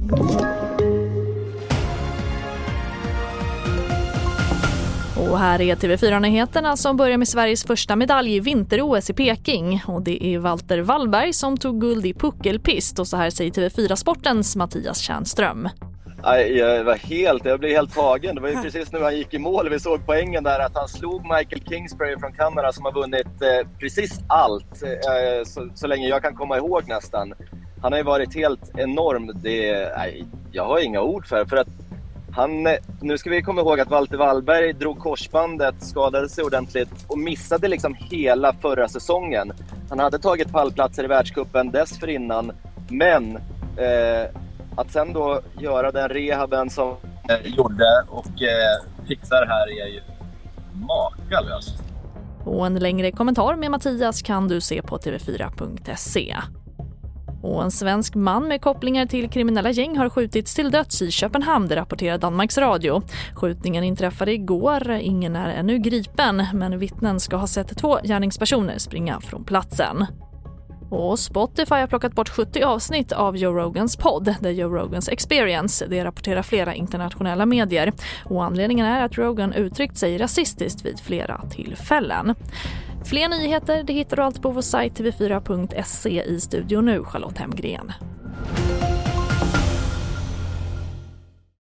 Och här är TV4-nyheterna som börjar med Sveriges första medalj i vinter-OS i Peking. Och det är Walter Wallberg som tog guld i puckelpist. Och så här säger TV4-sportens Mattias Tjärnström. Jag blev helt tagen. Det var ju precis när han gick i mål. Vi såg poängen där att han slog Michael Kingsbury från Kanada som har vunnit precis allt. Så länge jag kan komma ihåg nästan. Han har ju varit helt enorm. Jag har inga ord för att nu ska vi komma ihåg att Walter Wallberg drog korsbandet, skadade sig ordentligt och missade liksom hela förra säsongen. Han hade tagit pallplatser i världscupen dessförinnan, men att sen då göra den rehaben som gjorde och fixar här är ju makalöst. Och en längre kommentar med Mattias kan du se på tv4.se. Och en svensk man med kopplingar till kriminella gäng har skjutits till döds i Köpenhamn, det rapporterar Danmarks Radio. Skjutningen inträffade igår, ingen är ännu gripen, men vittnen ska ha sett 2 gärningspersoner springa från platsen. Och Spotify har plockat bort 70 avsnitt av Joe Rogans podd, The Joe Rogans Experience. Det rapporterar flera internationella medier. Och anledningen är att Rogan uttryckt sig rasistiskt vid flera tillfällen. Fler nyheter det hittar du alltid på vår sajt tv4.se. I studion nu Charlotte Hemgren.